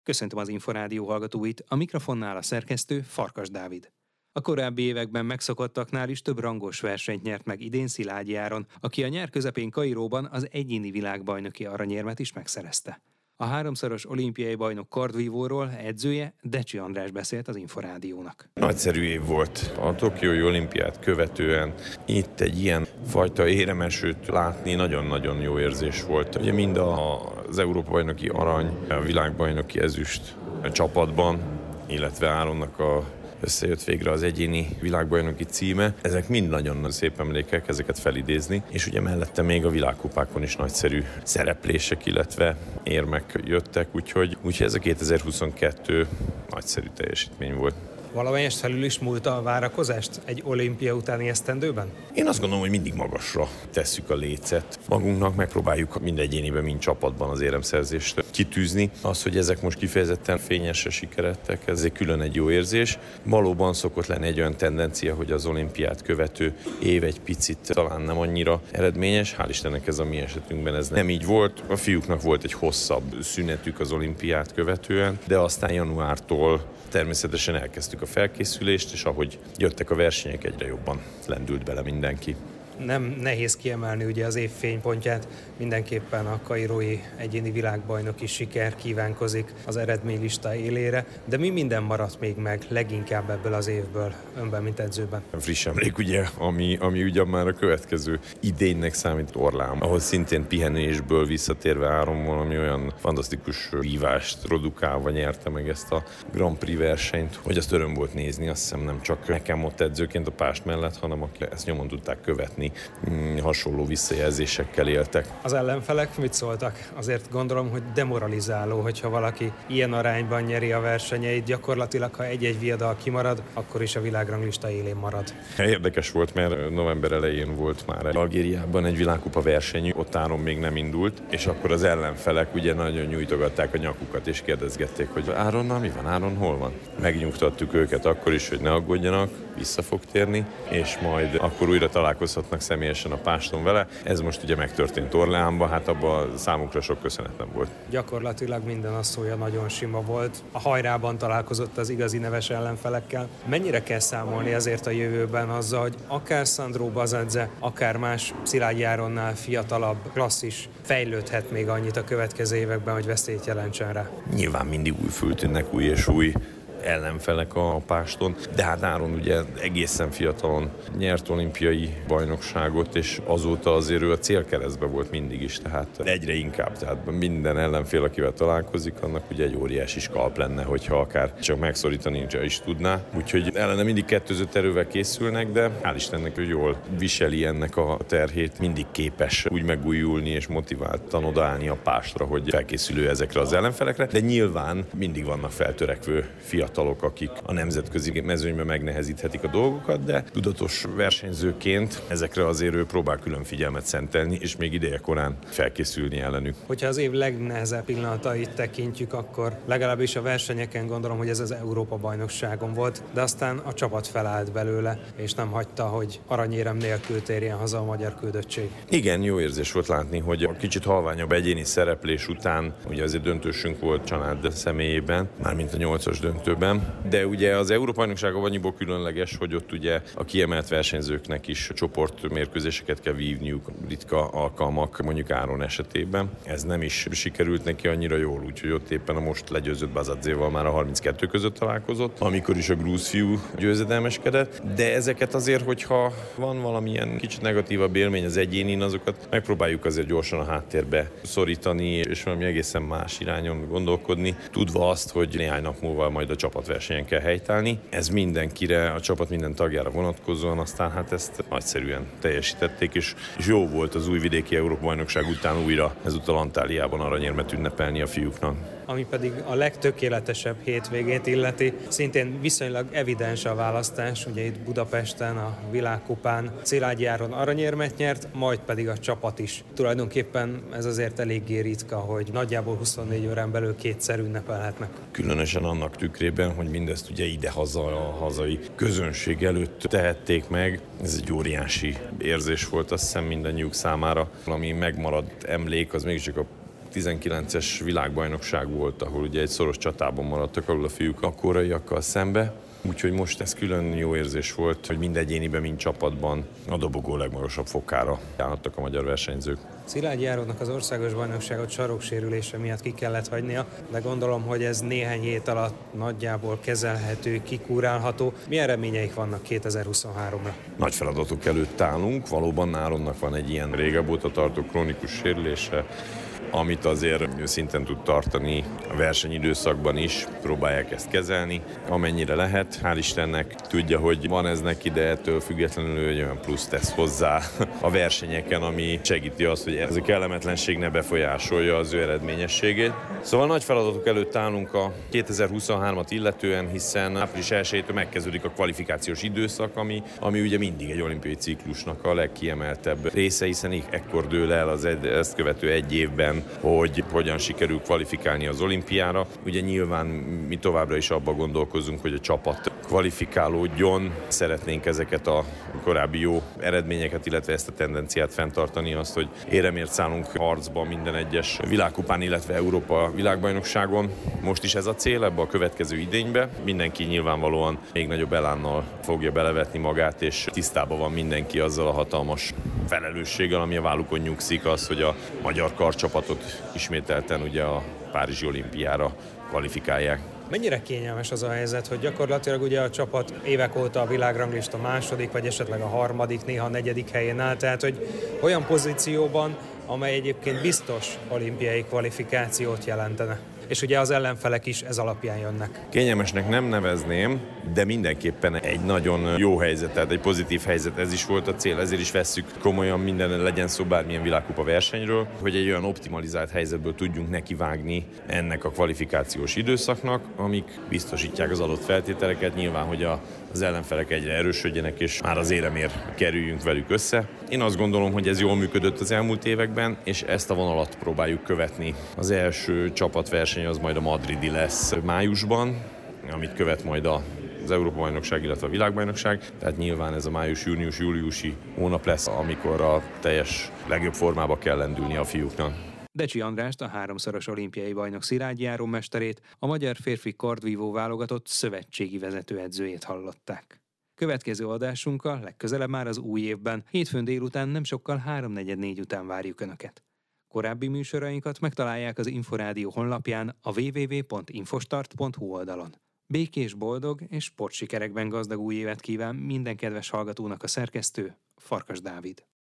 Köszöntöm az Inforádió hallgatóit, a mikrofonnál a szerkesztő Farkas Dávid. A korábbi években megszokottaknál is több rangos versenyt nyert meg idén Szilágyi Áron, aki a nyár közepén Kairóban az egyéni világbajnoki aranyérmet is megszerezte. A háromszoros olimpiai bajnok kardvívóról edzője Decsi András beszélt az Inforádiónak. Nagyszerű év volt a Tokiói olimpiát követően. Itt egy ilyen fajta éremesőt látni nagyon-nagyon jó érzés volt. Ugye mind az Európa-bajnoki arany, a világbajnoki ezüst a csapatban, illetve Áronnak összejött végre az egyéni világbajnoki címe. Ezek mind nagyon szép emlékek, ezeket felidézni, és ugye mellette még a világkupákon is nagyszerű szereplések, illetve érmek jöttek, úgyhogy ez a 2022 nagyszerű teljesítmény volt. Valamelyest felül is múlta a várakozást egy olimpia utáni esztendőben? Én azt gondolom, hogy mindig magasra tesszük a lécet. Magunknak megpróbáljuk mind egyéniben, mind csapatban az éremszerzést kitűzni. Az, hogy ezek most kifejezetten fényesre sikeredtek, ez egy jó érzés. Valóban szokott lenni egy olyan tendencia, hogy az olimpiát követő év egy picit talán nem annyira eredményes. Hál' Istennek ez a mi esetünkben ez nem így volt. A fiúknak volt egy hosszabb szünetük az olimpiát követően, de aztán januártól természetesen elkezdtük a felkészülést, és ahogy jöttek a versenyek, egyre jobban lendült bele mindenki. Nem nehéz kiemelni ugye az év fénypontját, mindenképpen a kairói egyéni világbajnoki siker kívánkozik az eredménylista élére, de mi minden maradt még meg leginkább ebből az évből önben, mint edzőben? Friss emlék ugye, ami ugyan már a következő idénynek számít Orlán, ahol szintén pihenésből visszatérve Áron valami olyan fantasztikus vívást produkálva nyerte meg ezt a Grand Prix versenyt, hogy azt öröm volt nézni, azt hiszem nem csak nekem ott edzőként a pást mellett, hanem akik ezt nyomon tudták követni, hasonló visszajelzésekkel éltek. Az ellenfelek mit szóltak? Azért gondolom, hogy demoralizáló, hogyha valaki ilyen arányban nyeri a versenyeit, gyakorlatilag ha egy-egy viadal kimarad, akkor is a világranglista élén marad. Érdekes volt, mert november elején volt már Algériában egy világkupa verseny, ott Áron még nem indult, és akkor az ellenfelek ugye nagyon nyújtogatták a nyakukat, és kérdezgették, hogy Áronnal mi van, Áron hol van? Megnyugtattuk őket akkor is, hogy ne aggódjanak, vissza fog térni, és majd akkor újra találkozhatnak személyesen a páston vele. Ez most ugye megtörtént Orleánban, hát abban számukra sok köszönet nem volt. Gyakorlatilag minden asszója nagyon sima volt. A hajrában találkozott az igazi neves ellenfelekkel. Mennyire kell számolni ezért a jövőben azzal, hogy akár Sandro Bazadze, akár más Szilágyi Áronnál fiatalabb, klasszis fejlődhet még annyit a következő években, hogy veszélyt jelentsen rá? Nyilván mindig új fültűnnek új és új ellenfelek a páston, de hát Áron ugye egészen fiatalon nyert olimpiai bajnokságot, és azóta azért ő a célkeresztbe volt mindig is, tehát egyre inkább, tehát minden ellenfél, akivel találkozik, annak ugye egy óriási skalp lenne, hogyha akár csak megszorítani is tudná. Úgyhogy ellene mindig kettőzött erővel készülnek, de hál' Istennek, hogy jól viseli ennek a terhét, mindig képes úgy megújulni és motiváltan odaállni a pástra, hogy felkészülő ezekre az ellenfelekre, de nyilván mindig vannak feltörekvő fiatalok, akik a nemzetközi mezőnyben megnehezíthetik a dolgokat, de tudatos versenyzőként ezekre azért ő próbál külön figyelmet szentelni, és még ideje korán felkészülni ellenük. Hogyha az év legnehezebb pillanatait tekintjük, akkor legalábbis a versenyeken gondolom, hogy ez az Európa-bajnokságon volt, de aztán a csapat felállt belőle, és nem hagyta, hogy aranyérem nélkül térjen haza a magyar küldöttség. Igen, jó érzés volt látni, hogy a kicsit halványabb egyéni szereplés után, ugye azért döntősünk volt Csanád személyében, mármint a 8-as döntőben, de ugye az Európa-bajnoksága annyiból különleges, hogy ott ugye a kiemelt versenyzőknek is csoportmérkőzéseket kell vívniuk, ritka alkalmak, mondjuk Áron esetében. Ez nem is sikerült neki annyira jól, úgyhogy ott éppen a most legyőzött Bazadzéval már a 32 között találkozott, amikor is a grúz fiú győzedelmeskedett, de ezeket azért, hogyha van valamilyen kicsit negatívabb élmény az egyénin, azokat megpróbáljuk azért gyorsan a háttérbe szorítani, és valami egészen más irányon gondolkodni, tudva azt, hogy néhány nap múlva majd a csapatversenyen kell helytállni. Ez mindenkire, a csapat minden tagjára vonatkozóan, aztán hát ezt nagyszerűen teljesítették, és jó volt az újvidéki Európa-bajnokság után újra ezúttal Antáliában aranyérmet ünnepelni a fiúknak. Ami pedig a legtökéletesebb hétvégét illeti, szintén viszonylag evidens a választás, ugye itt Budapesten a világkupán Szilágyi Áron aranyérmet nyert, majd pedig a csapat is. Tulajdonképpen ez azért eléggé ritka, hogy nagyjából 24 órán belül kétszer ünnepelhetnek. Különösen annak tükrében, hogy mindezt ugye ide-haza a hazai közönség előtt tehették meg. Ez egy óriási érzés volt, azt hiszem mindannyiuk számára. Ami megmaradt emlék, az mégiscsak a 19-es világbajnokság volt, ahol ugye egy szoros csatában maradtak alul a fiúk a koreaiakkal szembe. Úgyhogy most ez külön jó érzés volt, hogy mind egyéniben, mind csapatban a dobogó legmagasabb fokára állhattak a magyar versenyzők. Szilágyi Áronnak az országos bajnokságot saroksérülése miatt ki kellett hagynia, de gondolom, hogy ez néhány hét alatt nagyjából kezelhető, kikúrálható. Milyen reményeik vannak 2023-ra? Nagy feladatok előtt állunk, valóban Áronnak van egy ilyen régebb óta tartó krónikus sérülése, amit azért szinten tud tartani a versenyidőszakban is, próbálják ezt kezelni, amennyire lehet. Hál' Istennek tudja, hogy van ez neki, de ettől függetlenül egy olyan plusz tesz hozzá a versenyeken, ami segíti azt, hogy ez a kellemetlenség ne befolyásolja az ő eredményességét. Szóval nagy feladatok előtt állunk a 2023-at illetően, hiszen április 1-től megkezdődik a kvalifikációs időszak, ami ugye mindig egy olimpiai ciklusnak a legkiemeltebb része, hiszen ekkor dől el az ezt követő egy évben, hogy hogyan sikerül kvalifikálni az olimpiára. Ugye nyilván mi továbbra is abba gondolkozunk, hogy a csapat kvalifikálódjon. Szeretnénk ezeket a korábbi jó eredményeket, illetve ezt a tendenciát fenntartani, azt, hogy éremért szállunk harcba minden egyes világkupán, illetve Európa világbajnokságon. Most is ez a cél ebbe a következő idénybe. Mindenki nyilvánvalóan még nagyobb elánnal fogja belevetni magát, és tisztában van mindenki azzal a hatalmas felelősséggel, ami a vállukon nyugszik, az, hogy a magyar karcsapatot ismételten ugye a Párizsi olimpiára kvalifikálják. Mennyire kényelmes az a helyzet, hogy gyakorlatilag ugye a csapat évek óta a világranglista második, vagy esetleg a harmadik, néha a negyedik helyén áll, tehát hogy olyan pozícióban, amely egyébként biztos olimpiai kvalifikációt jelentene. És ugye az ellenfelek is ez alapján jönnek. Kényelmesnek nem nevezném, de mindenképpen egy nagyon jó helyzet, tehát egy pozitív helyzet, ez is volt a cél, ezért is vesszük komolyan minden, legyen szó bármilyen világkupa versenyről, hogy egy olyan optimalizált helyzetből tudjunk nekivágni ennek a kvalifikációs időszaknak, amik biztosítják az adott feltételeket, nyilván, hogy az ellenfelek egyre erősödjenek, és már az éremért kerüljünk velük össze. Én azt gondolom, hogy ez jól működött az elmúlt években, és ezt a vonalat próbáljuk követni. Az első csapatverseny az majd a madridi lesz májusban, amit követ majd az Európa-bajnokság, illetve a világbajnokság. Tehát nyilván ez a május, június, júliusi hónap lesz, amikor a teljes legjobb formába kell lendülni a fiúknak. Decsi Andrást, a 3-szoros olimpiai bajnok Szilágyi Áron mesterét, a magyar férfi kardvívó válogatott szövetségi vezetőedzőjét hallották. Következő adásunkkal legközelebb már az új évben, hétfőn délután nem sokkal 3:44 után várjuk Önöket. Korábbi műsorainkat megtalálják az Inforádió honlapján, a www.infostart.hu oldalon. Békés, boldog és sportsikerekben gazdag új évet kíván minden kedves hallgatónak a szerkesztő, Farkas Dávid.